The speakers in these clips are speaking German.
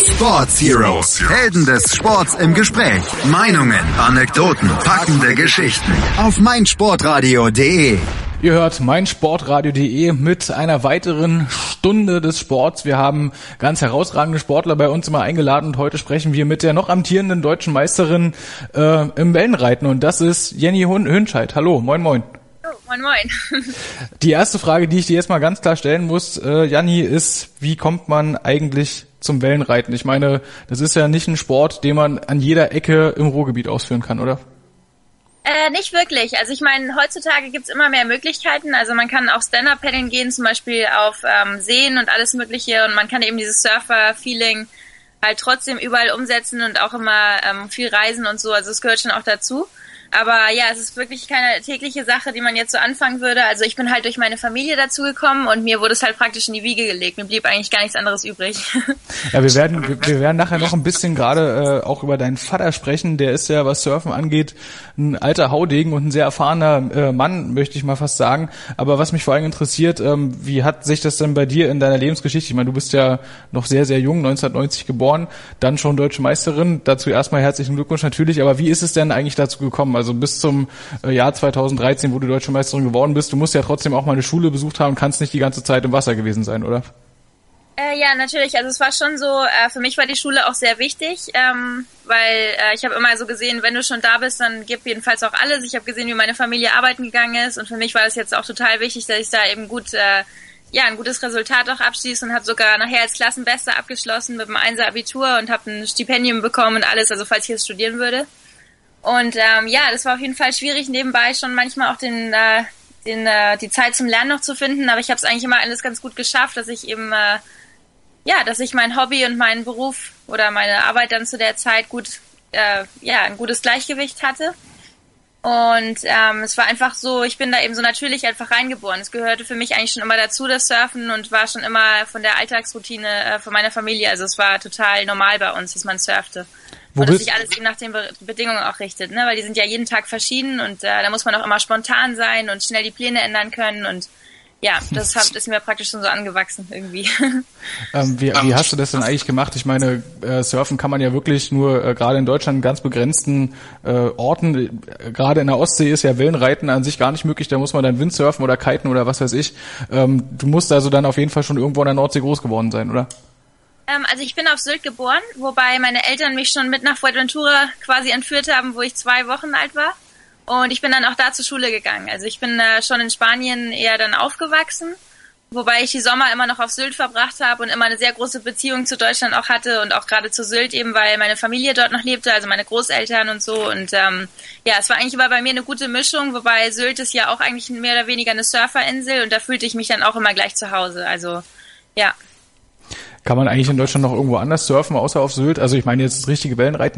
Sports Heroes. Helden des Sports im Gespräch. Meinungen, Anekdoten, packende Geschichten. Auf meinsportradio.de. Ihr hört meinsportradio.de mit einer weiteren Stunde des Sports. Wir haben ganz herausragende Sportler bei uns immer eingeladen und heute sprechen wir mit der noch amtierenden deutschen Meisterin im Wellenreiten und das ist Jenny Hünscheid. Hallo, moin moin. Oh, moin moin. Die erste Frage, die ich dir jetzt mal ganz klar stellen muss, Janni, ist, wie kommt man eigentlich zum Wellenreiten? Ich meine, das ist ja nicht ein Sport, den man an jeder Ecke im Ruhrgebiet ausführen kann, oder? Nicht wirklich. Also ich meine, heutzutage gibt's immer mehr Möglichkeiten. Also man kann auch Stand-Up-Paddeln gehen, zum Beispiel auf Seen und alles Mögliche. Und man kann eben dieses Surfer-Feeling halt trotzdem überall umsetzen und auch immer viel reisen und so. Also es gehört schon auch dazu. Aber ja, es ist wirklich keine tägliche Sache, die man jetzt so anfangen würde. Also ich bin halt durch meine Familie dazu gekommen und mir wurde es halt praktisch in die Wiege gelegt. Mir blieb eigentlich gar nichts anderes übrig. Ja, wir werden nachher noch ein bisschen gerade auch über deinen Vater sprechen. Der ist ja, was Surfen angeht, ein alter Haudegen und ein sehr erfahrener Mann, möchte ich mal fast sagen. Aber was mich vor allem interessiert, wie hat sich das denn bei dir in deiner Lebensgeschichte, ich meine, du bist ja noch sehr, sehr jung, 1990 geboren, dann schon Deutsche Meisterin. Dazu erstmal herzlichen Glückwunsch natürlich. Aber wie ist es denn eigentlich dazu gekommen? Also bis zum Jahr 2013, wo du Deutsche Meisterin geworden bist, du musst ja trotzdem auch mal eine Schule besucht haben und kannst nicht die ganze Zeit im Wasser gewesen sein, oder? Ja, natürlich. Also es war schon so, für mich war die Schule auch sehr wichtig, weil ich habe immer so gesehen, wenn du schon da bist, dann gib jedenfalls auch alles. Ich habe gesehen, wie meine Familie arbeiten gegangen ist und für mich war es jetzt auch total wichtig, dass ich da eben ein gutes Resultat auch abschließe und habe sogar nachher als Klassenbeste abgeschlossen mit dem 1er Abitur und habe ein Stipendium bekommen und alles, also falls ich jetzt studieren würde. Und das war auf jeden Fall schwierig, nebenbei schon manchmal auch die Zeit zum Lernen noch zu finden, aber ich habe es eigentlich immer alles ganz gut geschafft, dass ich eben dass ich mein Hobby und meinen Beruf oder meine Arbeit dann zu der Zeit ein gutes Gleichgewicht hatte. Und es war einfach so, ich bin da eben so natürlich einfach reingeboren. Es gehörte für mich eigentlich schon immer dazu, das Surfen, und war schon immer von der Alltagsroutine von meiner Familie. Also es war total normal bei uns, dass man surfte. Und dass sich alles eben nach den Bedingungen auch richtet, ne? Weil die sind ja jeden Tag verschieden und da muss man auch immer spontan sein und schnell die Pläne ändern können und ja, das ist mir praktisch schon so angewachsen irgendwie. Wie hast du das denn eigentlich gemacht? Ich meine, surfen kann man ja wirklich nur gerade in Deutschland in ganz begrenzten Orten. Gerade in der Ostsee ist ja Wellenreiten an sich gar nicht möglich. Da muss man dann Windsurfen oder kiten oder was weiß ich. Du musst also dann auf jeden Fall schon irgendwo in der Nordsee groß geworden sein, oder? Also ich bin auf Sylt geboren, wobei meine Eltern mich schon mit nach Fuerteventura quasi entführt haben, wo ich 2 Wochen alt war. Und ich bin dann auch da zur Schule gegangen. Also ich bin schon in Spanien eher dann aufgewachsen, wobei ich die Sommer immer noch auf Sylt verbracht habe und immer eine sehr große Beziehung zu Deutschland auch hatte und auch gerade zu Sylt eben, weil meine Familie dort noch lebte, also meine Großeltern und so. Und es war eigentlich immer bei mir eine gute Mischung, wobei Sylt ist ja auch eigentlich mehr oder weniger eine Surferinsel und da fühlte ich mich dann auch immer gleich zu Hause. Also ja. Kann man eigentlich in Deutschland noch irgendwo anders surfen, außer auf Sylt? Also ich meine jetzt das richtige Wellenreiten?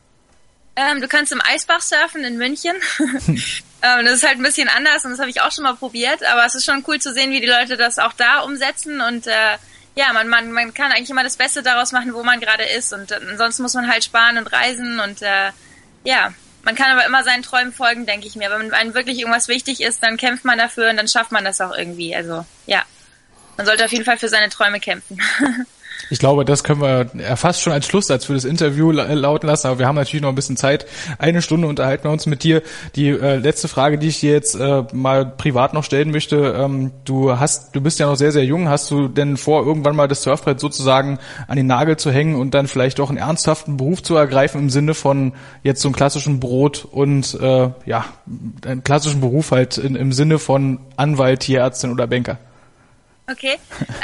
Du kannst im Eisbach surfen in München. Das ist halt ein bisschen anders und das habe ich auch schon mal probiert, aber es ist schon cool zu sehen, wie die Leute das auch da umsetzen und man kann eigentlich immer das Beste daraus machen, wo man gerade ist und ansonsten muss man halt sparen und reisen und man kann aber immer seinen Träumen folgen, denke ich mir. Wenn einem wirklich irgendwas wichtig ist, dann kämpft man dafür und dann schafft man das auch irgendwie. Also ja, man sollte auf jeden Fall für seine Träume kämpfen. Ich glaube, das können wir fast schon als Schlusssatz für das Interview lauten lassen, aber wir haben natürlich noch ein bisschen Zeit. 1 Stunde unterhalten wir uns mit dir. Die letzte Frage, die ich dir jetzt mal privat noch stellen möchte, du bist ja noch sehr, sehr jung. Hast du denn vor, irgendwann mal das Surfbrett sozusagen an den Nagel zu hängen und dann vielleicht auch einen ernsthaften Beruf zu ergreifen im Sinne von jetzt so einem klassischen Brot und einen klassischen Beruf halt im Sinne von Anwalt, Tierärztin oder Banker? Okay.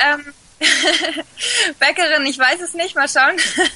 Bäckerin, ich weiß es nicht, mal schauen.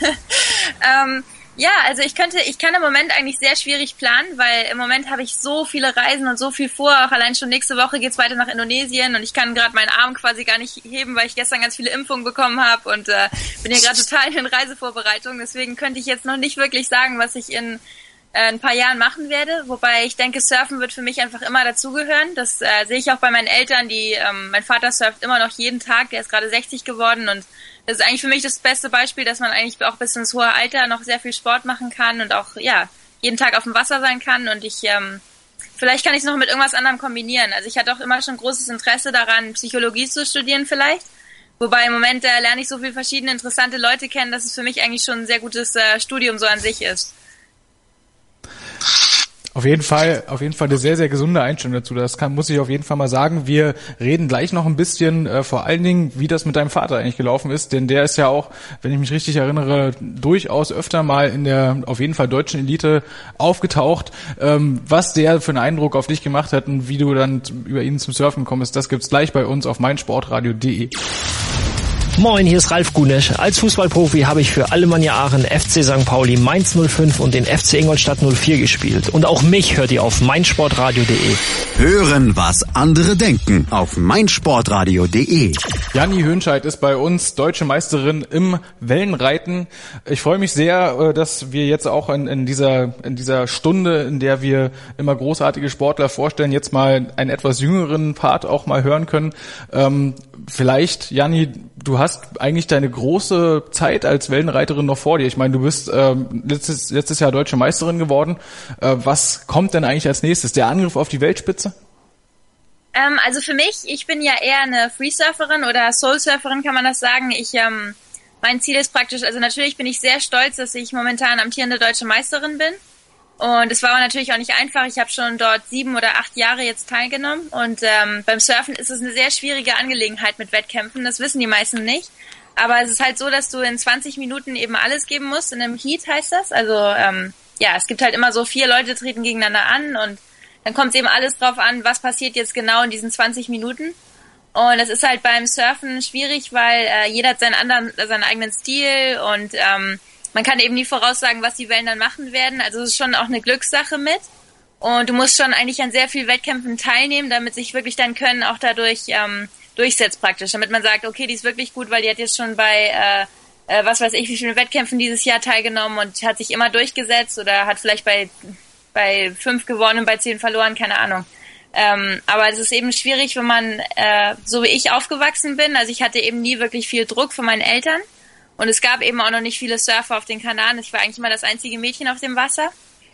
Also ich kann im Moment eigentlich sehr schwierig planen, weil im Moment habe ich so viele Reisen und so viel vor. Auch allein schon nächste Woche geht's weiter nach Indonesien und ich kann gerade meinen Arm quasi gar nicht heben, weil ich gestern ganz viele Impfungen bekommen habe und bin hier gerade total in Reisevorbereitung. Deswegen könnte ich jetzt noch nicht wirklich sagen, was ich in ein paar Jahren machen werde, wobei ich denke, Surfen wird für mich einfach immer dazugehören. Das sehe ich auch bei meinen Eltern, mein Vater surft immer noch jeden Tag, der ist gerade 60 geworden und das ist eigentlich für mich das beste Beispiel, dass man eigentlich auch bis ins hohe Alter noch sehr viel Sport machen kann und auch jeden Tag auf dem Wasser sein kann und vielleicht kann ich es noch mit irgendwas anderem kombinieren. Also ich hatte auch immer schon großes Interesse daran, Psychologie zu studieren vielleicht, Wobei im Moment lerne ich so viele verschiedene interessante Leute kennen, dass es für mich eigentlich schon ein sehr gutes Studium so an sich ist. Auf jeden Fall eine sehr, sehr gesunde Einstellung dazu. Muss ich auf jeden Fall mal sagen. Wir reden gleich noch ein bisschen, vor allen Dingen, wie das mit deinem Vater eigentlich gelaufen ist, denn der ist ja auch, wenn ich mich richtig erinnere, durchaus öfter mal in der, auf jeden Fall deutschen Elite aufgetaucht. Was der für einen Eindruck auf dich gemacht hat und wie du dann über ihn zum Surfen gekommen bist, das gibt's gleich bei uns auf meinsportradio.de. Moin, hier ist Ralf Gunesch. Als Fußballprofi habe ich für Alemannia Aachen, FC St. Pauli, Mainz 05 und den FC Ingolstadt 04 gespielt. Und auch mich hört ihr auf meinsportradio.de. Hören, was andere denken auf meinsportradio.de. Janni Höhnscheid ist bei uns deutsche Meisterin im Wellenreiten. Ich freue mich sehr, dass wir jetzt auch in dieser Stunde, in der wir immer großartige Sportler vorstellen, jetzt mal einen etwas jüngeren Part auch mal hören können. Vielleicht, Janni, du hast eigentlich deine große Zeit als Wellenreiterin noch vor dir. Ich meine, du bist letztes Jahr deutsche Meisterin geworden. Was kommt denn eigentlich als nächstes? Der Angriff auf die Weltspitze? Also für mich, ich bin ja eher eine Freesurferin oder Soulsurferin, kann man das sagen. Mein Ziel ist praktisch, also natürlich bin ich sehr stolz, dass ich momentan amtierende deutsche Meisterin bin. Und es war aber natürlich auch nicht einfach. Ich habe schon dort 7 oder 8 Jahre jetzt teilgenommen. Und beim Surfen ist es eine sehr schwierige Angelegenheit mit Wettkämpfen. Das wissen die meisten nicht. Aber es ist halt so, dass du in 20 Minuten eben alles geben musst. In einem Heat heißt das. Also es gibt halt immer so 4 Leute treten gegeneinander an. Und dann kommt es eben alles drauf an, was passiert jetzt genau in diesen 20 Minuten. Und das ist halt beim Surfen schwierig, weil jeder hat seinen eigenen Stil und man kann eben nie voraussagen, was die Wellen dann machen werden. Also es ist schon auch eine Glückssache mit. Und du musst schon eigentlich an sehr vielen Wettkämpfen teilnehmen, damit sich wirklich dein Können auch dadurch durchsetzt praktisch. Damit man sagt, okay, die ist wirklich gut, weil die hat jetzt schon bei, was weiß ich, wie vielen Wettkämpfen dieses Jahr teilgenommen und hat sich immer durchgesetzt oder hat vielleicht bei 5 gewonnen und bei 10 verloren, keine Ahnung. Aber es ist eben schwierig, wenn man, so wie ich aufgewachsen bin, also ich hatte eben nie wirklich viel Druck von meinen Eltern. Und es gab eben auch noch nicht viele Surfer auf den Kanaren. Ich war eigentlich immer das einzige Mädchen auf dem Wasser.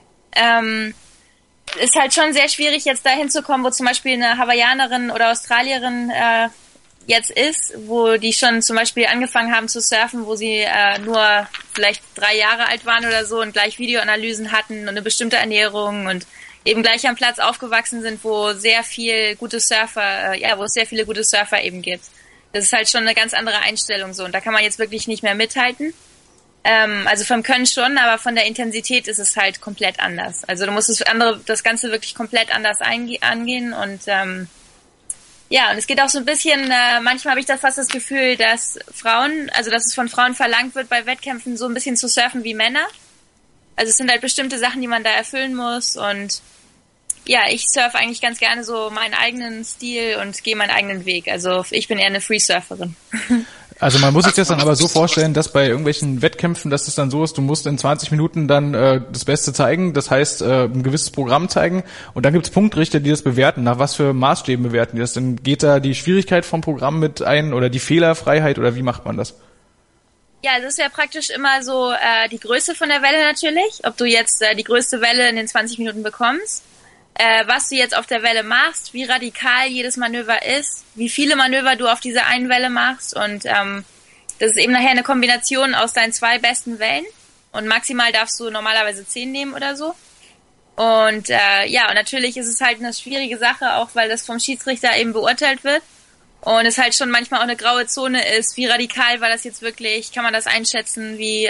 Ist halt schon sehr schwierig, jetzt dahin zu kommen, wo zum Beispiel eine Hawaiianerin oder Australierin jetzt ist, wo die schon zum Beispiel angefangen haben zu surfen, wo sie nur vielleicht 3 Jahre alt waren oder so und gleich Videoanalysen hatten und eine bestimmte Ernährung und eben gleich am Platz aufgewachsen sind, wo sehr viele gute Surfer eben gibt. Das ist halt schon eine ganz andere Einstellung so und da kann man jetzt wirklich nicht mehr mithalten. Also vom Können schon, aber von der Intensität ist es halt komplett anders. Also du musst das Ganze wirklich komplett anders angehen und und es geht auch so ein bisschen, manchmal habe ich da fast das Gefühl, dass es von Frauen verlangt wird, bei Wettkämpfen so ein bisschen zu surfen wie Männer. Also es sind halt bestimmte Sachen, die man da erfüllen muss und ja, ich surfe eigentlich ganz gerne so meinen eigenen Stil und gehe meinen eigenen Weg. Also ich bin eher eine Freesurferin. Also man muss sich das dann aber so vorstellen, dass bei irgendwelchen Wettkämpfen, dass es dann so ist, du musst in 20 Minuten dann das Beste zeigen, das heißt ein gewisses Programm zeigen und dann gibt's Punktrichter, die das bewerten. Nach was für Maßstäben bewerten die das? Dann geht da die Schwierigkeit vom Programm mit ein oder die Fehlerfreiheit oder wie macht man das? Ja, das ist ja praktisch immer so die Größe von der Welle natürlich, ob du jetzt die größte Welle in den 20 Minuten bekommst. Was du jetzt auf der Welle machst, wie radikal jedes Manöver ist, wie viele Manöver du auf dieser einen Welle machst und das ist eben nachher eine Kombination aus deinen 2 besten Wellen und maximal darfst du normalerweise 10 nehmen oder so. Und und natürlich ist es halt eine schwierige Sache, auch weil das vom Schiedsrichter eben beurteilt wird und es halt schon manchmal auch eine graue Zone ist, wie radikal war das jetzt wirklich, kann man das einschätzen, wie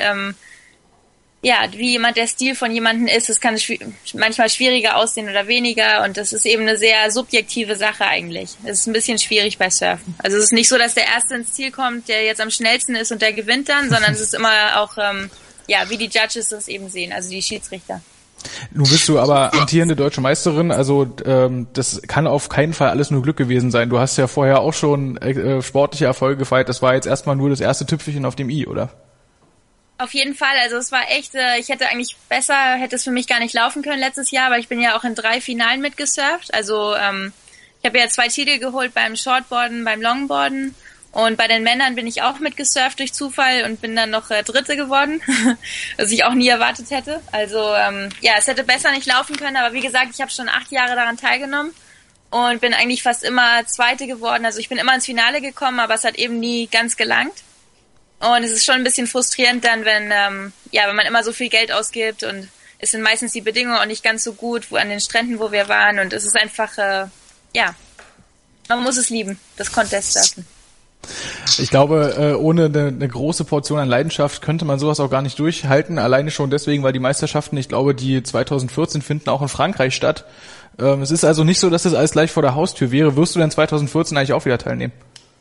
jemand der Stil von jemandem ist, es kann manchmal schwieriger aussehen oder weniger und das ist eben eine sehr subjektive Sache eigentlich. Es ist ein bisschen schwierig bei Surfen. Also es ist nicht so, dass der Erste ins Ziel kommt, der jetzt am schnellsten ist und der gewinnt dann, sondern es ist immer auch, wie die Judges das eben sehen, also die Schiedsrichter. Nun bist du aber amtierende deutsche Meisterin, also das kann auf keinen Fall alles nur Glück gewesen sein. Du hast ja vorher auch schon sportliche Erfolge gefeiert, das war jetzt erstmal nur das erste Tüpfelchen auf dem i, oder? Auf jeden Fall, also es war echt, ich hätte es für mich gar nicht laufen können letztes Jahr, weil ich bin ja auch in 3 Finalen mitgesurft. Also ich habe ja 2 Titel geholt beim Shortboarden, beim Longboarden und bei den Männern bin ich auch mitgesurft durch Zufall und bin dann noch Dritte geworden, was ich auch nie erwartet hätte. Also es hätte besser nicht laufen können, aber wie gesagt, ich habe schon 8 Jahre daran teilgenommen und bin eigentlich fast immer Zweite geworden. Also ich bin immer ins Finale gekommen, aber es hat eben nie ganz gelangt. Und es ist schon ein bisschen frustrierend dann, wenn man immer so viel Geld ausgibt und es sind meistens die Bedingungen auch nicht ganz so gut an den Stränden, wo wir waren. Und es ist einfach, man muss es lieben, das Contest-Surfen. Ich glaube, ohne eine große Portion an Leidenschaft könnte man sowas auch gar nicht durchhalten. Alleine schon deswegen, weil die Meisterschaften, ich glaube, die 2014 finden auch in Frankreich statt. Es ist also nicht so, dass das alles gleich vor der Haustür wäre. Wirst du denn 2014 eigentlich auch wieder teilnehmen?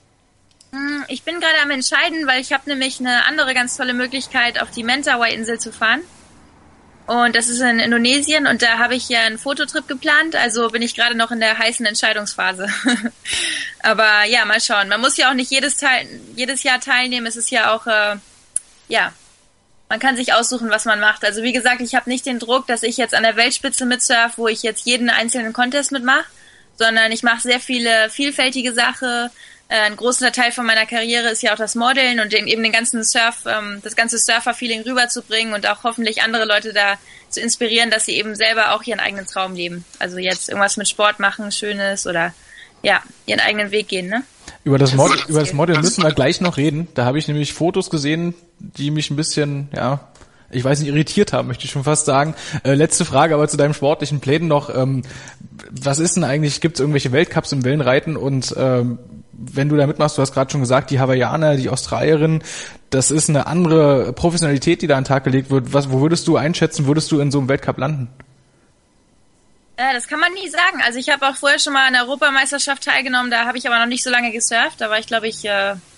Ich bin gerade am Entscheiden, weil ich habe nämlich eine andere ganz tolle Möglichkeit, auf die Mentawai-Insel zu fahren. Und das ist in Indonesien und da habe ich ja einen Fototrip geplant, also bin ich gerade noch in der heißen Entscheidungsphase. Aber ja, mal schauen. Man muss ja auch nicht jedes Jahr teilnehmen. Es ist ja auch, man kann sich aussuchen, was man macht. Also wie gesagt, ich habe nicht den Druck, dass ich jetzt an der Weltspitze mitsurfe, wo ich jetzt jeden einzelnen Contest mitmache, sondern ich mache sehr viele vielfältige Sachen. Ein großer Teil von meiner Karriere ist ja auch das Modeln und eben den ganzen das ganze Surfer-Feeling rüberzubringen und auch hoffentlich andere Leute da zu inspirieren, dass sie eben selber auch ihren eigenen Traum leben. Also jetzt irgendwas mit Sport machen, Schönes oder ihren eigenen Weg gehen, ne? Über das Model müssen wir gleich noch reden. Da habe ich nämlich Fotos gesehen, die mich ein bisschen, ich weiß nicht, irritiert haben, möchte ich schon fast sagen. Letzte Frage aber zu deinem sportlichen Plänen noch. Was ist denn eigentlich, gibt es irgendwelche Weltcups im Wellenreiten und wenn du da mitmachst, du hast gerade schon gesagt, die Hawaiianer, die Australierin, das ist eine andere Professionalität, die da an den Tag gelegt wird. Wo würdest du einschätzen, würdest du in so einem Weltcup landen? Das kann man nie sagen. Also ich habe auch vorher schon mal an der Europameisterschaft teilgenommen, da habe ich aber noch nicht so lange gesurft. Da war ich, glaube ich,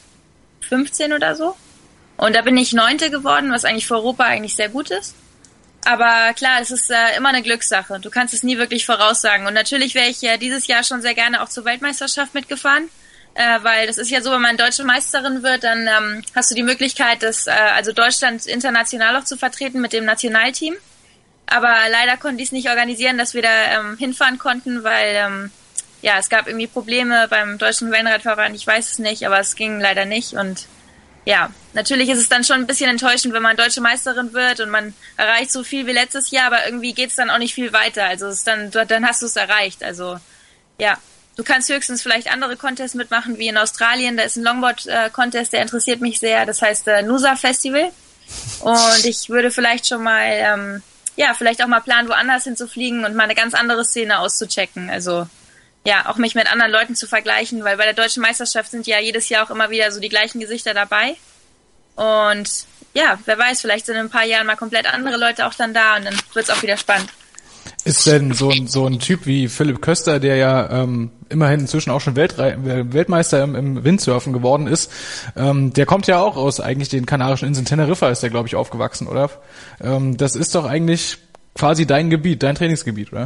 15 oder so. Und da bin ich 9. geworden, was eigentlich für Europa eigentlich sehr gut ist. Aber klar, es ist immer eine Glückssache. Du kannst es nie wirklich voraussagen. Und natürlich wäre ich dieses Jahr schon sehr gerne auch zur Weltmeisterschaft mitgefahren. Weil das ist ja so, wenn man deutsche Meisterin wird, dann hast du die Möglichkeit, also Deutschland international auch zu vertreten mit dem Nationalteam. Aber leider konnte ich es nicht organisieren, dass wir da hinfahren konnten, weil es gab irgendwie Probleme beim deutschen Wellenradverband. Ich weiß es nicht, aber es ging leider nicht. Und ja, natürlich ist es dann schon ein bisschen enttäuschend, wenn man deutsche Meisterin wird und man erreicht so viel wie letztes Jahr, aber irgendwie geht's dann auch nicht viel weiter. Also dann hast du es erreicht. Also ja. Du kannst höchstens vielleicht andere Contests mitmachen, wie in Australien. Da ist ein Longboard-Contest, der interessiert mich sehr. Das heißt Nusa Festival. Und ich würde vielleicht schon mal, vielleicht auch mal planen, woanders hinzufliegen und mal eine ganz andere Szene auszuchecken. Also, auch mich mit anderen Leuten zu vergleichen, weil bei der Deutschen Meisterschaft sind ja jedes Jahr auch immer wieder so die gleichen Gesichter dabei. Und wer weiß, vielleicht sind in ein paar Jahren mal komplett andere Leute auch dann da und dann wird's auch wieder spannend. Ist denn so ein Typ wie Philipp Köster, der ja immerhin inzwischen auch schon Weltmeister im Windsurfen geworden ist, der kommt ja auch aus eigentlich den Kanarischen Inseln. Teneriffa ist der, glaube ich, aufgewachsen, oder? Das ist doch eigentlich quasi dein Gebiet, dein Trainingsgebiet, oder?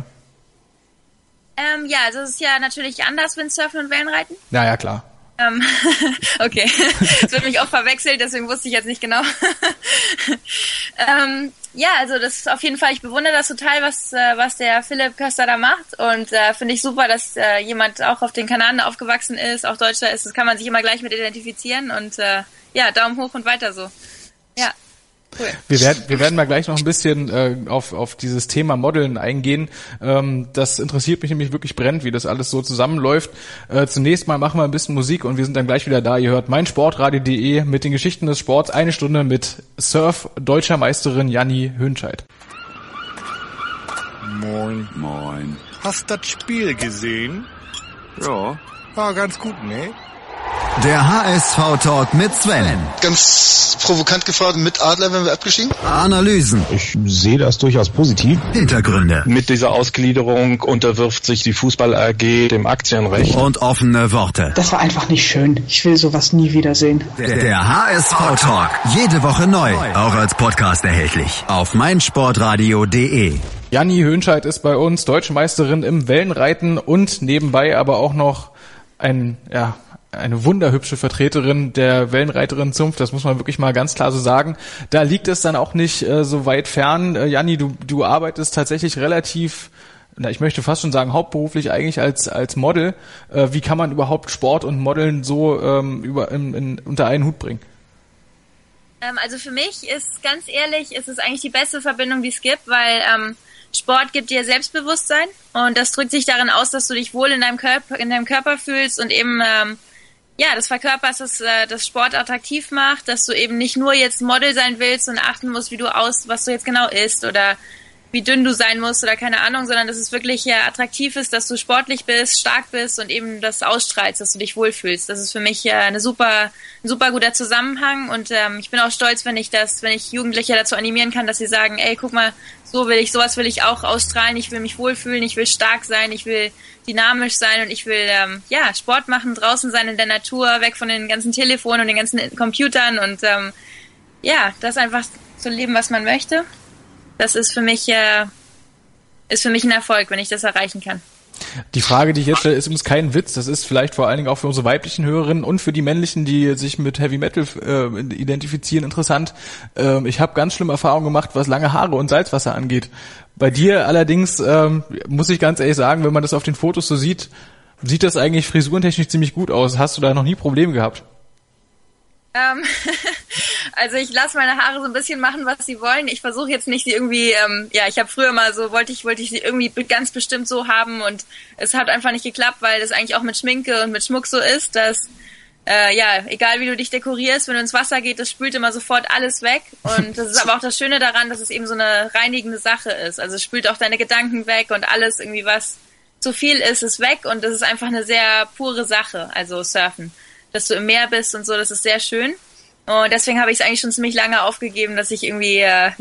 Also es ist ja natürlich anders, Windsurfen und Wellenreiten. Ja, klar. Okay, es wird mich oft verwechselt, deswegen wusste ich jetzt nicht genau. Also das ist auf jeden Fall, ich bewundere das total, was der Philipp Köster da macht und finde ich super, dass jemand auch auf den Kanaren aufgewachsen ist, auch Deutscher ist, das kann man sich immer gleich mit identifizieren und Daumen hoch und weiter so. Ja. Cool. Wir werden mal gleich noch ein bisschen auf dieses Thema Modeln eingehen. Das interessiert mich nämlich wirklich brennend, wie das alles so zusammenläuft. Zunächst mal machen wir ein bisschen Musik und wir sind dann gleich wieder da. Ihr hört meinsportradio.de mit den Geschichten des Sports. 1 Stunde mit Surf-Deutscher Meisterin Janni Höhnscheid. Moin. Moin. Hast das Spiel gesehen? Ja. War ganz gut, ne? Der HSV-Talk mit Sven. Ganz provokant gefragt, mit Adler werden wir abgestiegen? Analysen. Ich sehe das durchaus positiv. Hintergründe. Mit dieser Ausgliederung unterwirft sich die Fußball AG dem Aktienrecht. Und offene Worte. Das war einfach nicht schön. Ich will sowas nie wiedersehen. Der HSV-Talk. Jede Woche neu. Auch als Podcast erhältlich. Auf meinsportradio.de. Janni Höhnscheid ist bei uns Deutsche Meisterin im Wellenreiten und nebenbei aber auch noch eine wunderhübsche Vertreterin der Wellenreiterin-Zunft, das muss man wirklich mal ganz klar so sagen. Da liegt es dann auch nicht so weit fern. Janni, du arbeitest tatsächlich relativ, ich möchte fast schon sagen, hauptberuflich eigentlich als Model. Wie kann man überhaupt Sport und Modeln so unter einen Hut bringen? Also für mich ist, ganz ehrlich, ist es eigentlich die beste Verbindung, die es gibt, weil Sport gibt dir Selbstbewusstsein und das drückt sich darin aus, dass du dich wohl in deinem Körper fühlst und eben das verkörperst, dass das Sport attraktiv macht, dass du eben nicht nur jetzt Model sein willst und achten musst, was du jetzt genau isst oder wie dünn du sein musst oder keine Ahnung, sondern dass es wirklich attraktiv ist, dass du sportlich bist, stark bist und eben das ausstrahlst, dass du dich wohlfühlst. Das ist für mich ein super guter Zusammenhang und ich bin auch stolz, wenn ich Jugendliche dazu animieren kann, dass sie sagen, ey, guck mal, sowas will ich auch ausstrahlen, ich will mich wohlfühlen, ich will stark sein, ich will dynamisch sein und ich will Sport machen, draußen sein in der Natur, weg von den ganzen Telefonen und den ganzen Computern und das einfach zu leben, was man möchte. Das ist für mich ein Erfolg, wenn ich das erreichen kann. Die Frage, die ich jetzt stelle, ist übrigens kein Witz. Das ist vielleicht vor allen Dingen auch für unsere weiblichen Hörerinnen und für die männlichen, die sich mit Heavy Metal identifizieren, interessant. Ich habe ganz schlimme Erfahrungen gemacht, was lange Haare und Salzwasser angeht. Bei dir allerdings, muss ich ganz ehrlich sagen, wenn man das auf den Fotos so sieht das eigentlich frisurentechnisch ziemlich gut aus. Hast du da noch nie Probleme gehabt? Also ich lasse meine Haare so ein bisschen machen, was sie wollen. Ich versuche jetzt nicht sie irgendwie, ich habe früher mal so, wollte ich sie irgendwie ganz bestimmt so haben und es hat einfach nicht geklappt, weil das eigentlich auch mit Schminke und mit Schmuck so ist, dass, egal wie du dich dekorierst, wenn du ins Wasser geht, das spült immer sofort alles weg und das ist aber auch das Schöne daran, dass es eben so eine reinigende Sache ist. Also es spült auch deine Gedanken weg und alles irgendwie, was zu viel ist weg und das ist einfach eine sehr pure Sache, also Surfen. Dass du im Meer bist und so, das ist sehr schön. Und deswegen habe ich es eigentlich schon ziemlich lange aufgegeben, dass ich irgendwie,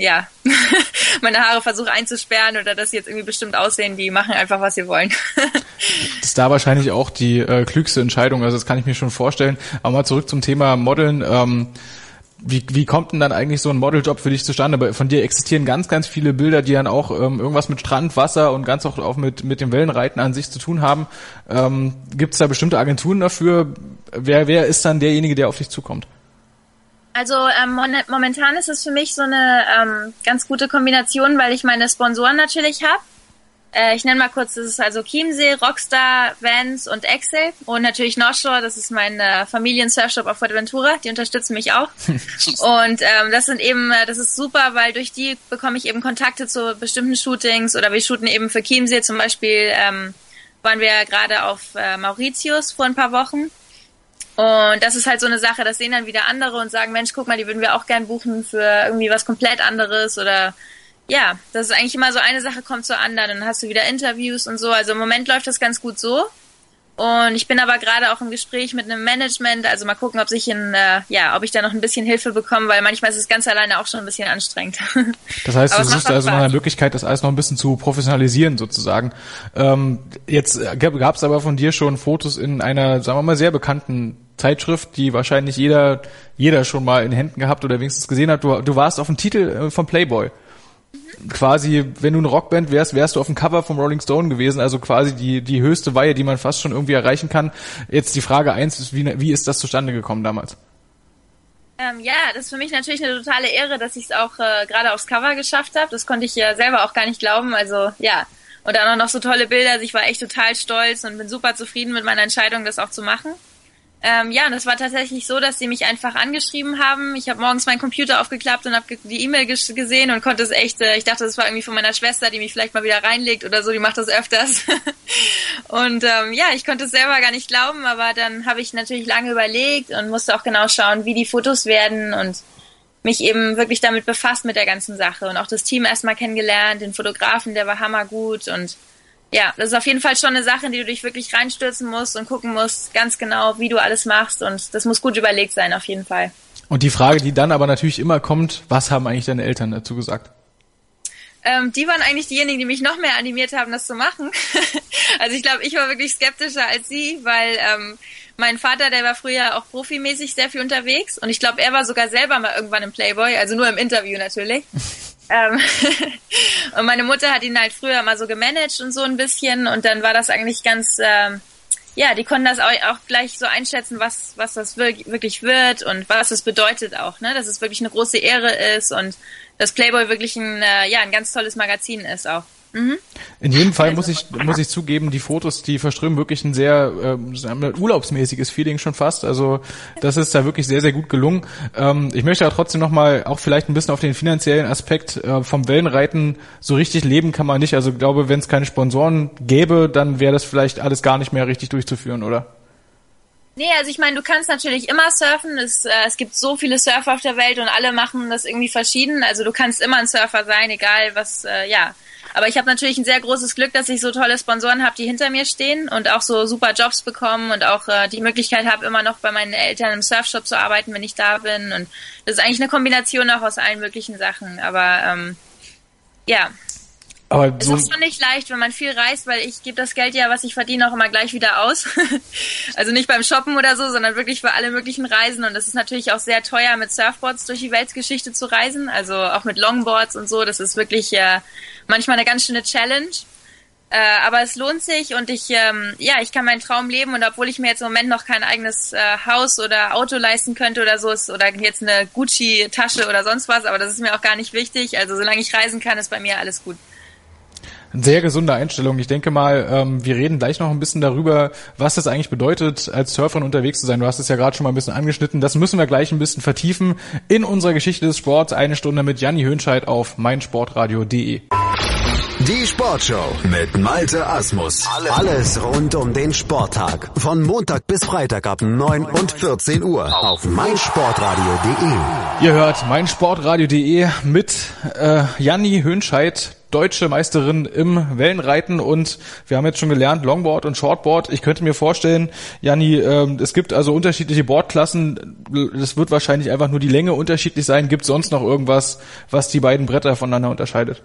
meine Haare versuche einzusperren oder dass sie jetzt irgendwie bestimmt aussehen. Die machen einfach, was sie wollen. Das ist da wahrscheinlich auch die klügste Entscheidung, also das kann ich mir schon vorstellen. Aber mal zurück zum Thema Modeln. Wie kommt denn dann eigentlich so ein Modeljob für dich zustande? Von dir existieren ganz, ganz viele Bilder, die dann auch irgendwas mit Strand, Wasser und ganz auch mit dem Wellenreiten an sich zu tun haben. Gibt es da bestimmte Agenturen dafür? Wer ist dann derjenige, der auf dich zukommt? Also momentan ist es für mich so eine ganz gute Kombination, weil ich meine Sponsoren natürlich habe. Ich nenne mal kurz, das ist also Chiemsee, Rockstar, Vans und Excel und natürlich North Shore, das ist mein Familien-Surfshop auf Fuerteventura, die unterstützen mich auch. Und das ist super, weil durch die bekomme ich eben Kontakte zu bestimmten Shootings oder wir shooten eben für Chiemsee zum Beispiel, waren wir gerade auf Mauritius vor ein paar Wochen. Und das ist halt so eine Sache, das sehen dann wieder andere und sagen, Mensch, guck mal, die würden wir auch gern buchen für irgendwie was komplett anderes oder ja, das ist eigentlich immer so, eine Sache kommt zur anderen, dann hast du wieder Interviews und so, also im Moment läuft das ganz gut so und ich bin aber gerade auch im Gespräch mit einem Management, also mal gucken, ob ich da noch ein bisschen Hilfe bekomme, weil manchmal ist es ganz alleine auch schon ein bisschen anstrengend. Das heißt, du suchst also nach einer Möglichkeit, das alles noch ein bisschen zu professionalisieren sozusagen. Jetzt gab es aber von dir schon Fotos in einer, sagen wir mal, sehr bekannten Zeitschrift, die wahrscheinlich jeder schon mal in Händen gehabt oder wenigstens gesehen hat. Du warst auf dem Titel von Playboy. Quasi, wenn du eine Rockband wärst du auf dem Cover vom Rolling Stone gewesen, also quasi die höchste Weihe, die man fast schon irgendwie erreichen kann. Jetzt die Frage 1 ist, wie ist das zustande gekommen damals? Das ist für mich natürlich eine totale Ehre, dass ich es auch gerade aufs Cover geschafft habe. Das konnte ich ja selber auch gar nicht glauben, also ja. Und dann auch noch so tolle Bilder, also ich war echt total stolz und bin super zufrieden mit meiner Entscheidung, das auch zu machen. Und das war tatsächlich so, dass sie mich einfach angeschrieben haben. Ich habe morgens meinen Computer aufgeklappt und habe die E-Mail gesehen und konnte es echt, ich dachte, das war irgendwie von meiner Schwester, die mich vielleicht mal wieder reinlegt oder so, die macht das öfters. Und ich konnte es selber gar nicht glauben, aber dann habe ich natürlich lange überlegt und musste auch genau schauen, wie die Fotos werden und mich eben wirklich damit befasst mit der ganzen Sache und auch das Team erstmal kennengelernt, den Fotografen, der war hammergut und ja, das ist auf jeden Fall schon eine Sache, in die du dich wirklich reinstürzen musst und gucken musst, ganz genau, wie du alles machst und das muss gut überlegt sein, auf jeden Fall. Und die Frage, die dann aber natürlich immer kommt, was haben eigentlich deine Eltern dazu gesagt? Die waren eigentlich diejenigen, die mich noch mehr animiert haben, das zu machen. Also ich glaube, ich war wirklich skeptischer als sie, weil mein Vater, der war früher auch profimäßig sehr viel unterwegs und ich glaube, er war sogar selber mal irgendwann im Playboy, also nur im Interview natürlich. Und meine Mutter hat ihn halt früher mal so gemanagt und so ein bisschen und dann war das eigentlich ganz, die konnten das auch gleich so einschätzen, was das wirklich wird und was es bedeutet auch, ne, dass es wirklich eine große Ehre ist und dass Playboy wirklich ein ganz tolles Magazin ist auch. In jedem Fall muss ich zugeben, die Fotos, die verströmen wirklich ein sehr urlaubsmäßiges Feeling schon fast. Also das ist da wirklich sehr, sehr gut gelungen. Ich möchte aber trotzdem nochmal auch vielleicht ein bisschen auf den finanziellen Aspekt vom Wellenreiten. So richtig leben kann man nicht. Also ich glaube, wenn es keine Sponsoren gäbe, dann wäre das vielleicht alles gar nicht mehr richtig durchzuführen, oder? Nee, also ich meine, du kannst natürlich immer surfen. Es gibt so viele Surfer auf der Welt und alle machen das irgendwie verschieden. Also du kannst immer ein Surfer sein, egal was, Aber ich habe natürlich ein sehr großes Glück, dass ich so tolle Sponsoren habe, die hinter mir stehen und auch so super Jobs bekommen und auch die Möglichkeit habe, immer noch bei meinen Eltern im Surfshop zu arbeiten, wenn ich da bin. Und das ist eigentlich eine Kombination auch aus allen möglichen Sachen. Aber Aber es ist schon nicht leicht, wenn man viel reist, weil ich gebe das Geld ja, was ich verdiene, auch immer gleich wieder aus. Also nicht beim Shoppen oder so, sondern wirklich für alle möglichen Reisen. Und es ist natürlich auch sehr teuer, mit Surfboards durch die Weltgeschichte zu reisen. Also auch mit Longboards und so. Das ist wirklich manchmal eine ganz schöne Challenge. Aber es lohnt sich und ich kann meinen Traum leben. Und obwohl ich mir jetzt im Moment noch kein eigenes Haus oder Auto leisten könnte oder so, oder jetzt eine Gucci-Tasche oder sonst was, aber das ist mir auch gar nicht wichtig. Also solange ich reisen kann, ist bei mir alles gut. Sehr gesunde Einstellung. Ich denke mal, wir reden gleich noch ein bisschen darüber, was das eigentlich bedeutet, als Surferin unterwegs zu sein. Du hast es ja gerade schon mal ein bisschen angeschnitten. Das müssen wir gleich ein bisschen vertiefen in unserer Geschichte des Sports. 1 Stunde mit Janni Höhnscheid auf meinsportradio.de. Die Sportshow mit Malte Asmus. Alles rund um den Sporttag. Von Montag bis Freitag ab 9 und 14 Uhr auf meinsportradio.de. Ihr hört meinsportradio.de mit Janni Höhnscheid, deutsche Meisterin im Wellenreiten, und wir haben jetzt schon gelernt, Longboard und Shortboard. Ich könnte mir vorstellen, Janni, es gibt also unterschiedliche Boardklassen. Es wird wahrscheinlich einfach nur die Länge unterschiedlich sein. Gibt es sonst noch irgendwas, was die beiden Bretter voneinander unterscheidet?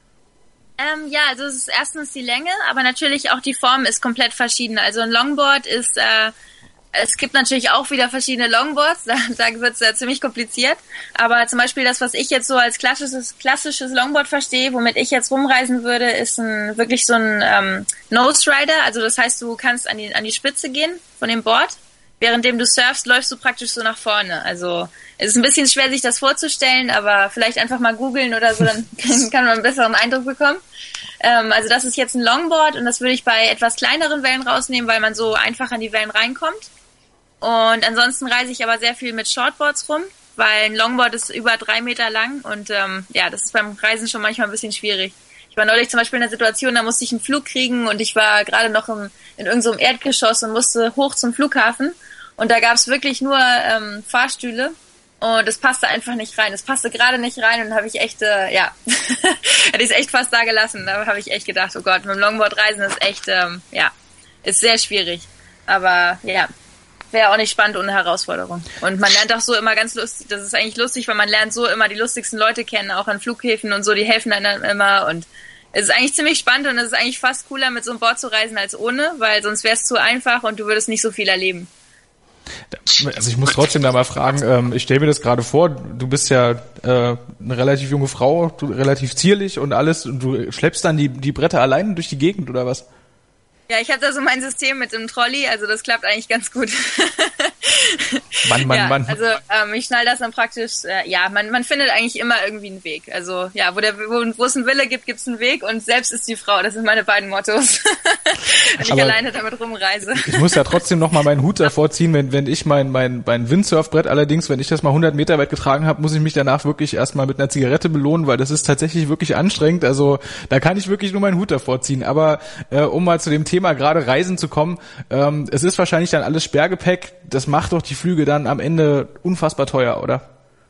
Also es ist erstens die Länge, aber natürlich auch die Form ist komplett verschieden. Also ein Longboard ist, es gibt natürlich auch wieder verschiedene Longboards, da wird es ziemlich kompliziert. Aber zum Beispiel das, was ich jetzt so als klassisches Longboard verstehe, womit ich jetzt rumreisen würde, ist wirklich so ein Nose Rider. Also das heißt, du kannst an die Spitze gehen von dem Board. Währenddem du surfst, läufst du praktisch so nach vorne. Also es ist ein bisschen schwer, sich das vorzustellen, aber vielleicht einfach mal googeln oder so, dann kann man einen besseren Eindruck bekommen. Also das ist jetzt ein Longboard und das würde ich bei etwas kleineren Wellen rausnehmen, weil man so einfach an die Wellen reinkommt. Und ansonsten reise ich aber sehr viel mit Shortboards rum, weil ein Longboard ist über 3 Meter lang und das ist beim Reisen schon manchmal ein bisschen schwierig. Ich war neulich zum Beispiel in einer Situation, da musste ich einen Flug kriegen und ich war gerade noch in irgendeinem so Erdgeschoss und musste hoch zum Flughafen und da gab es wirklich nur Fahrstühle und es passte einfach nicht rein. Es passte gerade nicht rein und habe ich echt, hätte ich es echt fast da gelassen. Da habe ich echt gedacht, oh Gott, mit dem Longboard reisen ist echt, ist sehr schwierig. Aber ja, wäre auch nicht spannend ohne Herausforderung. Und man lernt auch so immer ganz lustig, das ist eigentlich lustig, weil man lernt so immer die lustigsten Leute kennen, auch an Flughäfen und so, die helfen einem immer und es ist eigentlich ziemlich spannend und es ist eigentlich fast cooler, mit so einem Board zu reisen als ohne, weil sonst wäre es zu einfach und du würdest nicht so viel erleben. Also ich muss trotzdem da mal fragen, ich stelle mir das gerade vor, du bist ja eine relativ junge Frau, relativ zierlich und alles, und du schleppst dann die Bretter alleine durch die Gegend oder was? Ja, ich habe da so mein System mit dem Trolley, also das klappt eigentlich ganz gut. Mann. Also ich schnall das dann praktisch, man findet eigentlich immer irgendwie einen Weg. Also ja, wo es einen Wille gibt, gibt's einen Weg und selbst ist die Frau. Das sind meine beiden Mottos, wenn ich alleine damit rumreise. Ich muss ja trotzdem noch mal meinen Hut davor ziehen, wenn ich mein Windsurfbrett allerdings, wenn ich das mal 100 Meter weit getragen habe, muss ich mich danach wirklich erstmal mit einer Zigarette belohnen, weil das ist tatsächlich wirklich anstrengend. Also da kann ich wirklich nur meinen Hut davor ziehen. Aber um mal zu dem Thema gerade Reisen zu kommen, es ist wahrscheinlich dann alles Sperrgepäck. Das macht doch die Flüge dann am Ende unfassbar teuer, oder?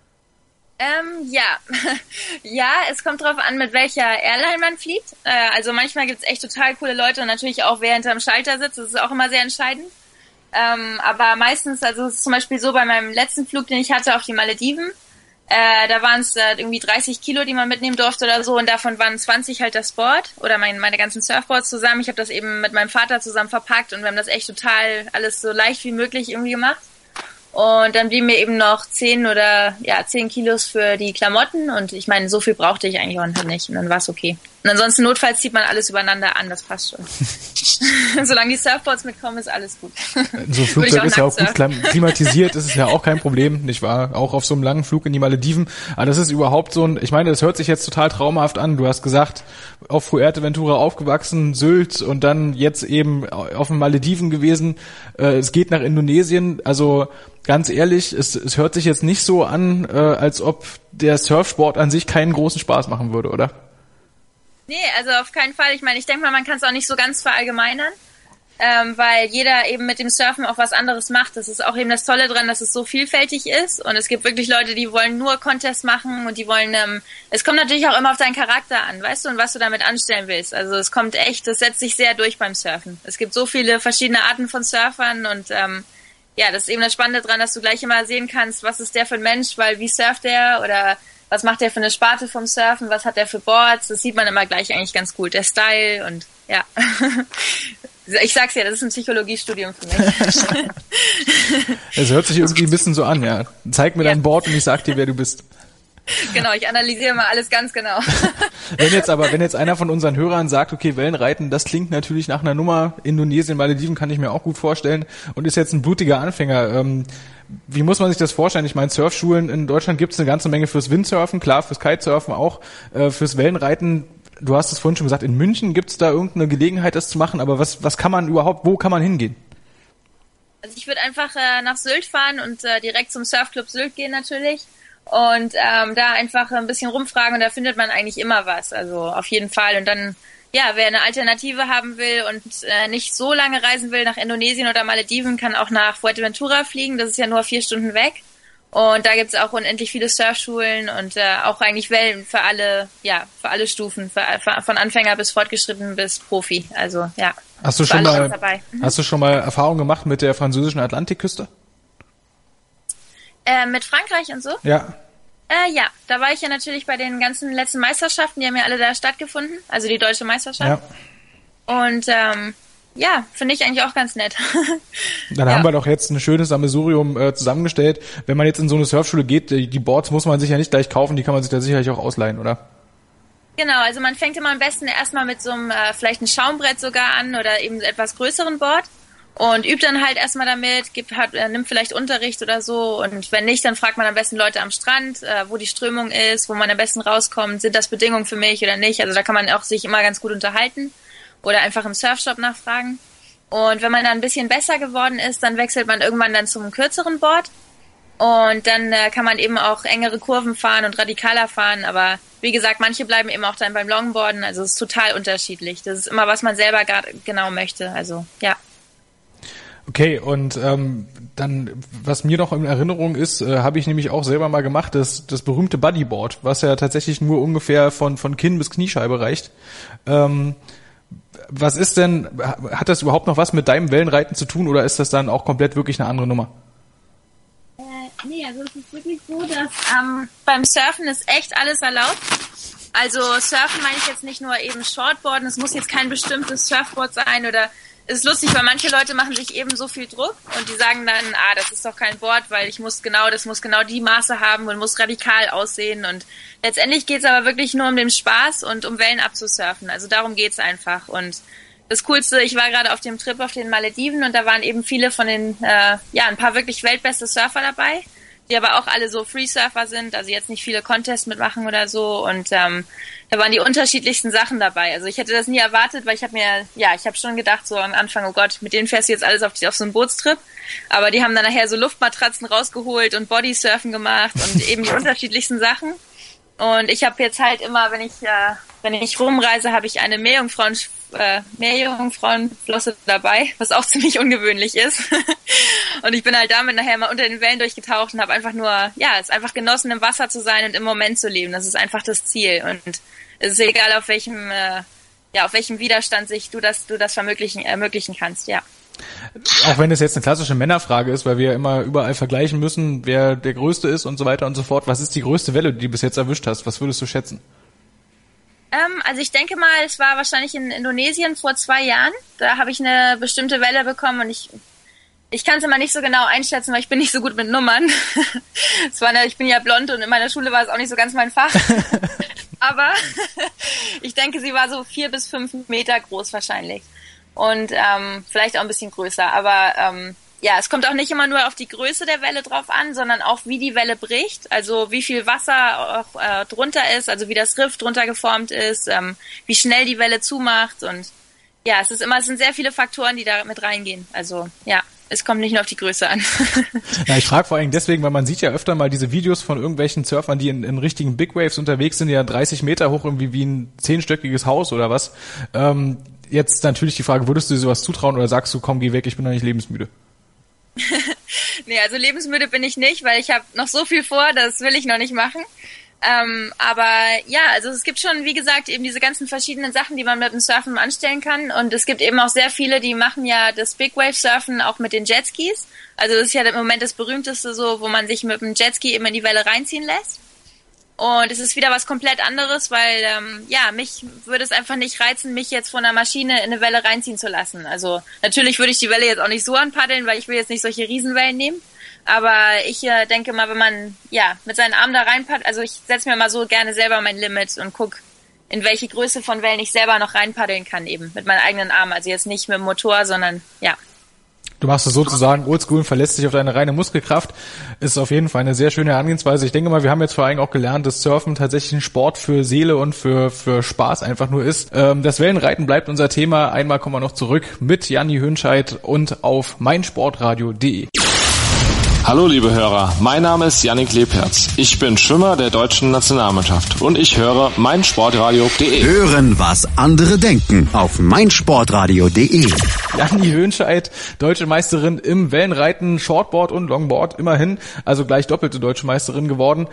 Ja, es kommt drauf an, mit welcher Airline man fliegt. Also manchmal gibt's echt total coole Leute und natürlich auch wer hinterm Schalter sitzt. Das ist auch immer sehr entscheidend. Aber meistens, also es ist zum Beispiel so bei meinem letzten Flug, den ich hatte auf die Malediven, da waren es irgendwie 30 Kilo, die man mitnehmen durfte oder so, und davon waren 20 halt das Board oder meine ganzen Surfboards zusammen. Ich habe das eben mit meinem Vater zusammen verpackt und wir haben das echt total alles so leicht wie möglich irgendwie gemacht. Und dann blieben mir eben noch 10 Kilos für die Klamotten. Und ich meine, so viel brauchte ich eigentlich auch nicht. Und dann war es okay. Und ansonsten notfalls zieht man alles übereinander an. Das passt schon. Solange die Surfboards mitkommen, ist alles gut. So ein Flugzeug ist ja auch gut klimatisiert. Das ist ja auch kein Problem, nicht wahr? Auch auf so einem langen Flug in die Malediven. Aber das ist überhaupt so ein, ich meine, das hört sich jetzt total traumhaft an. Du hast gesagt, auf Fuerteventura aufgewachsen, Sylt und dann jetzt eben auf den Malediven gewesen. Es geht nach Indonesien. Also ganz ehrlich, es hört sich jetzt nicht so an, als ob der Surfsport an sich keinen großen Spaß machen würde, oder? Nee, also auf keinen Fall. Ich meine, ich denke mal, man kann es auch nicht so ganz verallgemeinern, weil jeder eben mit dem Surfen auch was anderes macht. Das ist auch eben das Tolle dran, dass es so vielfältig ist und es gibt wirklich Leute, die wollen nur Contests machen und die wollen, es kommt natürlich auch immer auf deinen Charakter an, weißt du, und was du damit anstellen willst. Also es kommt echt, das setzt sich sehr durch beim Surfen. Es gibt so viele verschiedene Arten von Surfern und ja, das ist eben das Spannende dran, dass du gleich immer sehen kannst, was ist der für ein Mensch, weil wie surft der oder was macht der für eine Sparte vom Surfen, was hat der für Boards, das sieht man immer gleich eigentlich ganz gut, der Style und ja. Ich sag's ja, das ist ein Psychologiestudium für mich. Es hört sich irgendwie ein bisschen so an, ja. Zeig mir dein Board und ich sag dir, wer du bist. Genau, ich analysiere mal alles ganz genau. Wenn jetzt einer von unseren Hörern sagt, okay, Wellenreiten, das klingt natürlich nach einer Nummer, Indonesien, Malediven kann ich mir auch gut vorstellen und ist jetzt ein blutiger Anfänger. Wie muss man sich das vorstellen? Ich meine, Surfschulen in Deutschland gibt es eine ganze Menge fürs Windsurfen, klar, fürs Kitesurfen auch, fürs Wellenreiten. Du hast es vorhin schon gesagt, in München gibt es da irgendeine Gelegenheit, das zu machen, aber was kann man überhaupt, wo kann man hingehen? Also ich würde einfach nach Sylt fahren und direkt zum Surfclub Sylt gehen natürlich. Und da einfach ein bisschen rumfragen und da findet man eigentlich immer was, also auf jeden Fall. Und dann, ja, wer eine Alternative haben will und nicht so lange reisen will nach Indonesien oder Malediven, kann auch nach Fuerteventura fliegen, das ist ja nur 4 Stunden weg. Und da gibt's auch unendlich viele Surfschulen und auch eigentlich Wellen für alle Stufen, von Anfänger bis Fortgeschritten bis Profi, also ja. Hast du schon mal Erfahrung gemacht mit der französischen Atlantikküste? Mit Frankreich und so? Ja. Ja, da war ich ja natürlich bei den ganzen letzten Meisterschaften, die haben ja alle da stattgefunden, also die deutsche Meisterschaft. Ja. Und ja, finde ich eigentlich auch ganz nett. Dann haben wir doch jetzt ein schönes Sammelsurium zusammengestellt. Wenn man jetzt in so eine Surfschule geht, die Boards muss man sich ja nicht gleich kaufen, die kann man sich da sicherlich auch ausleihen, oder? Genau, also man fängt immer am besten erstmal mit so einem vielleicht ein Schaumbrett sogar an oder eben etwas größeren Board. Und übt dann halt erstmal damit, nimmt vielleicht Unterricht oder so und wenn nicht, dann fragt man am besten Leute am Strand, wo die Strömung ist, wo man am besten rauskommt, sind das Bedingungen für mich oder nicht, also da kann man auch sich immer ganz gut unterhalten oder einfach im Surfshop nachfragen. Und wenn man dann ein bisschen besser geworden ist, dann wechselt man irgendwann dann zum kürzeren Board und dann kann man eben auch engere Kurven fahren und radikaler fahren, aber wie gesagt, manche bleiben eben auch dann beim Longboarden, also es ist total unterschiedlich, das ist immer, was man selber genau möchte, also ja. Okay, und dann, was mir noch in Erinnerung ist, habe ich nämlich auch selber mal gemacht, das berühmte Bodyboard, was ja tatsächlich nur ungefähr von Kinn bis Kniescheibe reicht. Was ist denn, hat das überhaupt noch was mit deinem Wellenreiten zu tun oder ist das dann auch komplett wirklich eine andere Nummer? Nee, also es ist wirklich so, dass beim Surfen ist echt alles erlaubt. Also Surfen meine ich jetzt nicht nur eben Shortboarden, es muss jetzt kein bestimmtes Surfboard sein oder ist lustig, weil manche Leute machen sich eben so viel Druck und die sagen dann, das ist doch kein Board, weil das muss genau die Maße haben und muss radikal aussehen und letztendlich geht's aber wirklich nur um den Spaß und um Wellen abzusurfen, also darum geht's einfach und das Coolste, ich war gerade auf dem Trip auf den Malediven und da waren eben viele von den, ein paar wirklich weltbeste Surfer dabei, die aber auch alle so Free-Surfer sind, also jetzt nicht viele Contests mitmachen oder so und da waren die unterschiedlichsten Sachen dabei. Also ich hätte das nie erwartet, weil ich habe schon gedacht so am Anfang, oh Gott, mit denen fährst du jetzt alles auf so einen Bootstrip. Aber die haben dann nachher so Luftmatratzen rausgeholt und Bodysurfen gemacht und eben die unterschiedlichsten Sachen. Und ich habe jetzt halt immer, wenn ich rumreise, habe ich eine Meerjungfrauenflosse dabei, was auch ziemlich ungewöhnlich ist. Und ich bin halt damit nachher mal unter den Wellen durchgetaucht und habe einfach nur, es ist einfach genossen, im Wasser zu sein und im Moment zu leben. Das ist einfach das Ziel. Und es ist egal, auf welchem Widerstand du das ermöglichen kannst, ja. Auch wenn es jetzt eine klassische Männerfrage ist, weil wir ja immer überall vergleichen müssen, wer der Größte ist und so weiter und so fort. Was ist die größte Welle, die du bis jetzt erwischt hast? Was würdest du schätzen? Also ich denke mal, es war wahrscheinlich in Indonesien vor 2 Jahren. Da habe ich eine bestimmte Welle bekommen und Ich kann es immer nicht so genau einschätzen, weil ich bin nicht so gut mit Nummern. Ich bin ja blond und in meiner Schule war es auch nicht so ganz mein Fach. Aber ich denke, sie war so 4 bis 5 Meter groß wahrscheinlich. Und vielleicht auch ein bisschen größer. Aber es kommt auch nicht immer nur auf die Größe der Welle drauf an, sondern auch, wie die Welle bricht. Also wie viel Wasser auch drunter ist, also wie das Riff drunter geformt ist, wie schnell die Welle zumacht. Und ja, es sind sehr viele Faktoren, die da mit reingehen. Also ja. Es kommt nicht nur auf die Größe an. Ja, ich frage vor allem deswegen, weil man sieht ja öfter mal diese Videos von irgendwelchen Surfern, die in richtigen Big Waves unterwegs sind, ja 30 Meter hoch, irgendwie wie ein 10-stöckiges Haus oder was. Jetzt natürlich die Frage, würdest du dir sowas zutrauen oder sagst du, komm, geh weg, ich bin noch nicht lebensmüde? Nee, also lebensmüde bin ich nicht, weil ich habe noch so viel vor, das will ich noch nicht machen. Aber ja, also es gibt schon, wie gesagt, eben diese ganzen verschiedenen Sachen, die man mit dem Surfen anstellen kann. Und es gibt eben auch sehr viele, die machen ja das Big Wave Surfen auch mit den Jetskis. Also das ist ja im Moment das berühmteste so, wo man sich mit dem Jetski eben in die Welle reinziehen lässt. Und es ist wieder was komplett anderes, weil mich würde es einfach nicht reizen, mich jetzt von einer Maschine in eine Welle reinziehen zu lassen. Also natürlich würde ich die Welle jetzt auch nicht so anpaddeln, weil ich will jetzt nicht solche Riesenwellen nehmen. Aber ich denke mal, wenn man mit seinen Armen da reinpaddelt, also ich setze mir mal so gerne selber mein Limit und guck, in welche Größe von Wellen ich selber noch reinpaddeln kann eben mit meinen eigenen Armen. Also jetzt nicht mit dem Motor, sondern Du machst es sozusagen oldschool und verlässt dich auf deine reine Muskelkraft. Ist auf jeden Fall eine sehr schöne Herangehensweise. Ich denke mal, wir haben jetzt vor allem auch gelernt, dass Surfen tatsächlich ein Sport für Seele und für Spaß einfach nur ist. Das Wellenreiten bleibt unser Thema. Einmal kommen wir noch zurück mit Janni Höhnscheid und auf meinsportradio.de. Hallo liebe Hörer, mein Name ist Jannik Lebherz. Ich bin Schwimmer der deutschen Nationalmannschaft und ich höre meinsportradio.de. Hören, was andere denken auf meinsportradio.de. Janni Höhnscheid, deutsche Meisterin im Wellenreiten, Shortboard und Longboard, immerhin, also gleich doppelte deutsche Meisterin geworden.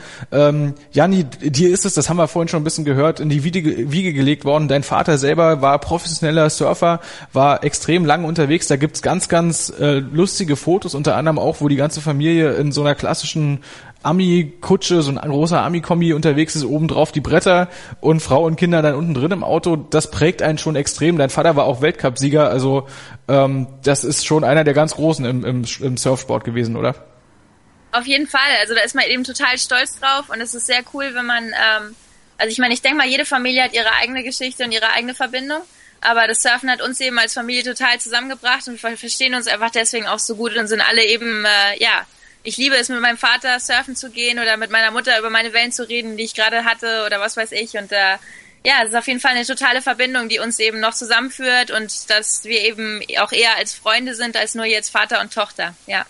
Janni, dir ist es, das haben wir vorhin schon ein bisschen gehört, in die Wiege gelegt worden. Dein Vater selber war professioneller Surfer, war extrem lang unterwegs. Da gibt's ganz, ganz lustige Fotos, unter anderem auch, wo die ganze Familie in so einer klassischen Ami-Kutsche, so ein großer Ami-Kombi unterwegs ist, obendrauf die Bretter und Frau und Kinder dann unten drin im Auto. Das prägt einen schon extrem. Dein Vater war auch Weltcup-Sieger, also das ist schon einer der ganz Großen im Surfsport gewesen, oder? Auf jeden Fall, also da ist man eben total stolz drauf und es ist sehr cool, wenn man, also ich meine, ich denke mal, jede Familie hat ihre eigene Geschichte und ihre eigene Verbindung. Aber das Surfen hat uns eben als Familie total zusammengebracht und wir verstehen uns einfach deswegen auch so gut und sind alle eben, ich liebe es, mit meinem Vater surfen zu gehen oder mit meiner Mutter über meine Wellen zu reden, die ich gerade hatte oder was weiß ich. Und es ist auf jeden Fall eine totale Verbindung, die uns eben noch zusammenführt und dass wir eben auch eher als Freunde sind, als nur jetzt Vater und Tochter, ja.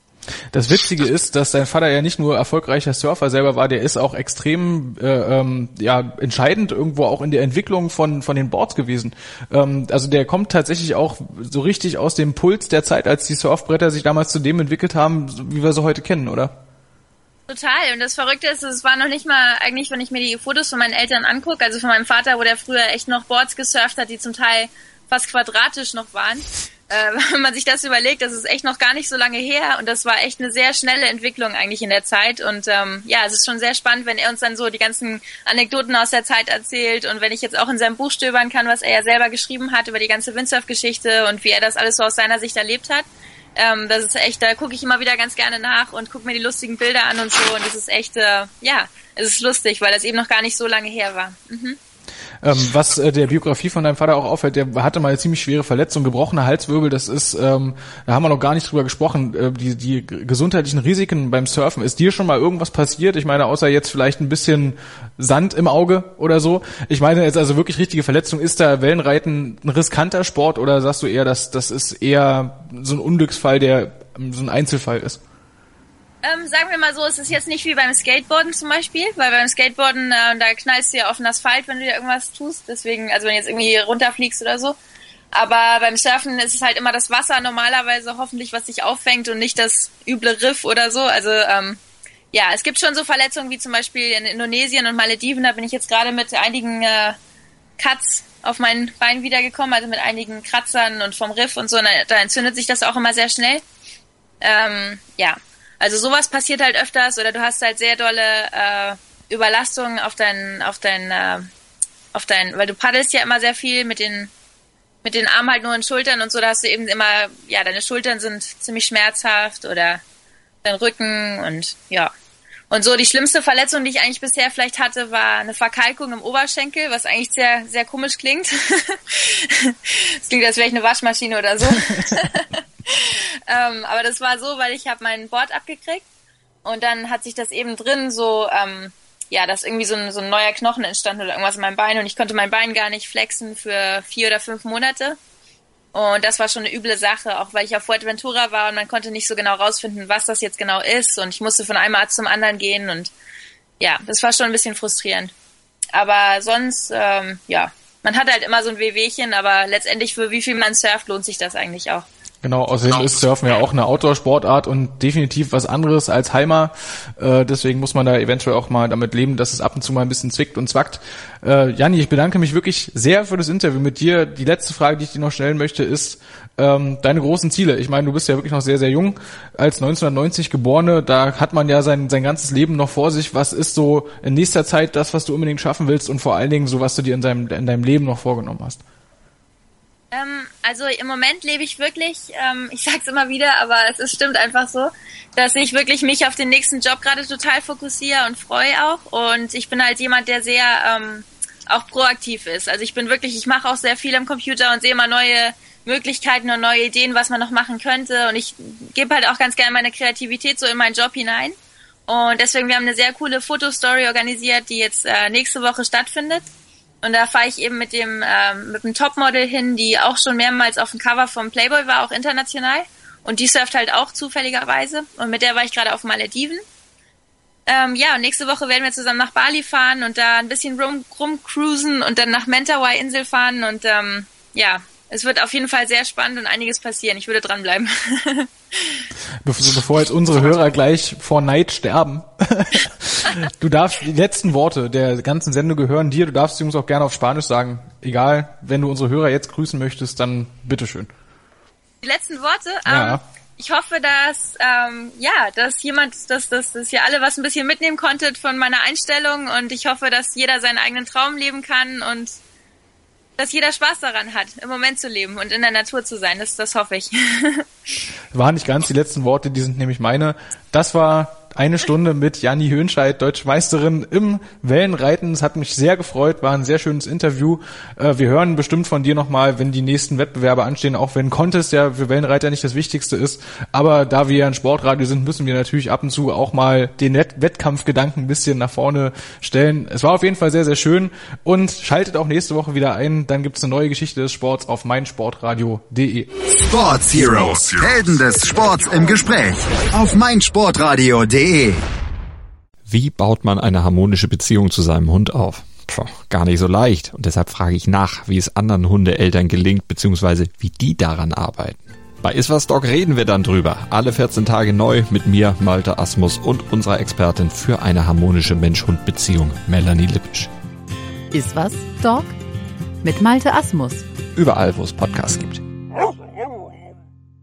Das Witzige ist, dass dein Vater ja nicht nur erfolgreicher Surfer selber war, der ist auch extrem entscheidend irgendwo auch in der Entwicklung von den Boards gewesen. Also der kommt tatsächlich auch so richtig aus dem Puls der Zeit, als die Surfbretter sich damals zu dem entwickelt haben, wie wir sie heute kennen, oder? Total. Und das Verrückte ist, es war noch nicht mal eigentlich, wenn ich mir die Fotos von meinen Eltern angucke, also von meinem Vater, wo der früher echt noch Boards gesurft hat, die zum Teil fast quadratisch noch waren. Wenn man sich das überlegt, das ist echt noch gar nicht so lange her und das war echt eine sehr schnelle Entwicklung eigentlich in der Zeit und es ist schon sehr spannend, wenn er uns dann so die ganzen Anekdoten aus der Zeit erzählt und wenn ich jetzt auch in seinem Buch stöbern kann, was er ja selber geschrieben hat über die ganze Windsurf-Geschichte und wie er das alles so aus seiner Sicht erlebt hat. Das ist echt, da gucke ich immer wieder ganz gerne nach und gucke mir die lustigen Bilder an und so und das ist echt, es ist lustig, weil das eben noch gar nicht so lange her war. Mhm. Was der Biografie von deinem Vater auch auffällt, der hatte mal eine ziemlich schwere Verletzung, gebrochene Halswirbel, das ist, da haben wir noch gar nicht drüber gesprochen, die gesundheitlichen Risiken beim Surfen. Ist dir schon mal irgendwas passiert? Ich meine, außer jetzt vielleicht ein bisschen Sand im Auge oder so. Ich meine jetzt also wirklich richtige Verletzung. Ist da Wellenreiten ein riskanter Sport oder sagst du eher, das ist eher so ein Unglücksfall, der so ein Einzelfall ist? Sagen wir mal so, es ist jetzt nicht wie beim Skateboarden zum Beispiel, weil beim Skateboarden, da knallst du ja auf den Asphalt, wenn du dir irgendwas tust, deswegen, also wenn du jetzt irgendwie runterfliegst oder so. Aber beim Surfen ist es halt immer das Wasser normalerweise hoffentlich, was dich auffängt und nicht das üble Riff oder so. Also es gibt schon so Verletzungen wie zum Beispiel in Indonesien und Malediven, da bin ich jetzt gerade mit einigen Cuts auf mein Bein wiedergekommen, also mit einigen Kratzern und vom Riff und so, da entzündet sich das auch immer sehr schnell. Also sowas passiert halt öfters oder du hast halt sehr dolle Überlastungen auf dein, weil du paddelst ja immer sehr viel mit den mit den Armen halt nur in Schultern und so, da hast du eben immer, ja, deine Schultern sind ziemlich schmerzhaft oder dein Rücken und ja. Und so die schlimmste Verletzung, die ich eigentlich bisher vielleicht hatte, war eine Verkalkung im Oberschenkel, was eigentlich sehr, sehr komisch klingt. Das klingt, als wäre ich eine Waschmaschine oder so. Aber das war so, weil ich habe mein Board abgekriegt und dann hat sich das eben drin so, ja, dass irgendwie so ein neuer Knochen entstanden oder irgendwas in meinem Bein und ich konnte mein Bein gar nicht flexen für 4 oder 5 Monate. Und das war schon eine üble Sache, auch weil ich auf Fuerteventura war und man konnte nicht so genau rausfinden, was das jetzt genau ist. Und ich musste von einem Arzt zum anderen gehen und ja, das war schon ein bisschen frustrierend. Aber sonst, ja, man hat halt immer so ein Wehwehchen, aber letztendlich für wie viel man surft, lohnt sich das eigentlich auch. Genau, außerdem ist Surfen ja auch eine Outdoor-Sportart und definitiv was anderes als Heimer. Deswegen muss man da eventuell auch mal damit leben, dass es ab und zu mal ein bisschen zwickt und zwackt. Janni, ich bedanke mich wirklich sehr für das Interview mit dir. Die letzte Frage, die ich dir noch stellen möchte, ist deine großen Ziele. Ich meine, du bist ja wirklich noch sehr, sehr jung. Als 1990 Geborene, da hat man ja sein ganzes Leben noch vor sich. Was ist so in nächster Zeit das, was du unbedingt schaffen willst und vor allen Dingen so, was du dir in deinem Leben noch vorgenommen hast? Also im Moment lebe ich wirklich, ich sag's immer wieder, aber es stimmt einfach so, dass ich wirklich mich auf den nächsten Job gerade total fokussiere und freue auch. Und ich bin halt jemand, der sehr auch proaktiv ist. Also ich mache auch sehr viel am Computer und sehe immer neue Möglichkeiten und neue Ideen, was man noch machen könnte. Und ich gebe halt auch ganz gerne meine Kreativität so in meinen Job hinein. Und deswegen, wir haben eine sehr coole Fotostory organisiert, die jetzt nächste Woche stattfindet. Und da fahre ich eben mit dem Topmodel hin, die auch schon mehrmals auf dem Cover vom Playboy war, auch international. Und die surft halt auch zufälligerweise. Und mit der war ich gerade auf Malediven. Ja, und nächste Woche werden wir zusammen nach Bali fahren und da ein bisschen rumcruisen und dann nach Mentawai-Insel fahren. Und ja, es wird auf jeden Fall sehr spannend und einiges passieren. Ich würde dranbleiben. Bevor jetzt unsere Hörer gleich vor Neid sterben, du darfst, die letzten Worte der ganzen Sendung gehören dir, du darfst sie uns auch gerne auf Spanisch sagen, egal, wenn du unsere Hörer jetzt grüßen möchtest, dann bitteschön. Die letzten Worte? Ja. Ich hoffe, dass dass ihr alle was ein bisschen mitnehmen konntet von meiner Einstellung und ich hoffe, dass jeder seinen eigenen Traum leben kann und dass jeder Spaß daran hat, im Moment zu leben und in der Natur zu sein. Das hoffe ich. Waren nicht ganz die letzten Worte, die sind nämlich meine. Das war eine Stunde mit Janni Höhnscheid, Deutsche Meisterin im Wellenreiten. Es hat mich sehr gefreut, war ein sehr schönes Interview. Wir hören bestimmt von dir nochmal, wenn die nächsten Wettbewerbe anstehen, auch wenn Contest ja für Wellenreiter nicht das Wichtigste ist. Aber da wir ja ein Sportradio sind, müssen wir natürlich ab und zu auch mal den Wettkampfgedanken ein bisschen nach vorne stellen. Es war auf jeden Fall sehr, sehr schön und schaltet auch nächste Woche wieder ein. Dann gibt's eine neue Geschichte des Sports auf meinsportradio.de. Sports Heroes, Helden des Sports im Gespräch auf meinsportradio.de. Wie baut man eine harmonische Beziehung zu seinem Hund auf? Gar nicht so leicht. Und deshalb frage ich nach, wie es anderen Hundeeltern gelingt, beziehungsweise wie die daran arbeiten. Bei Iswas Dog reden wir dann drüber. Alle 14 Tage neu mit mir, Malte Asmus und unserer Expertin für eine harmonische Mensch-Hund-Beziehung, Melanie Lippisch. Iswas Dog mit Malte Asmus. Überall, wo es Podcasts gibt.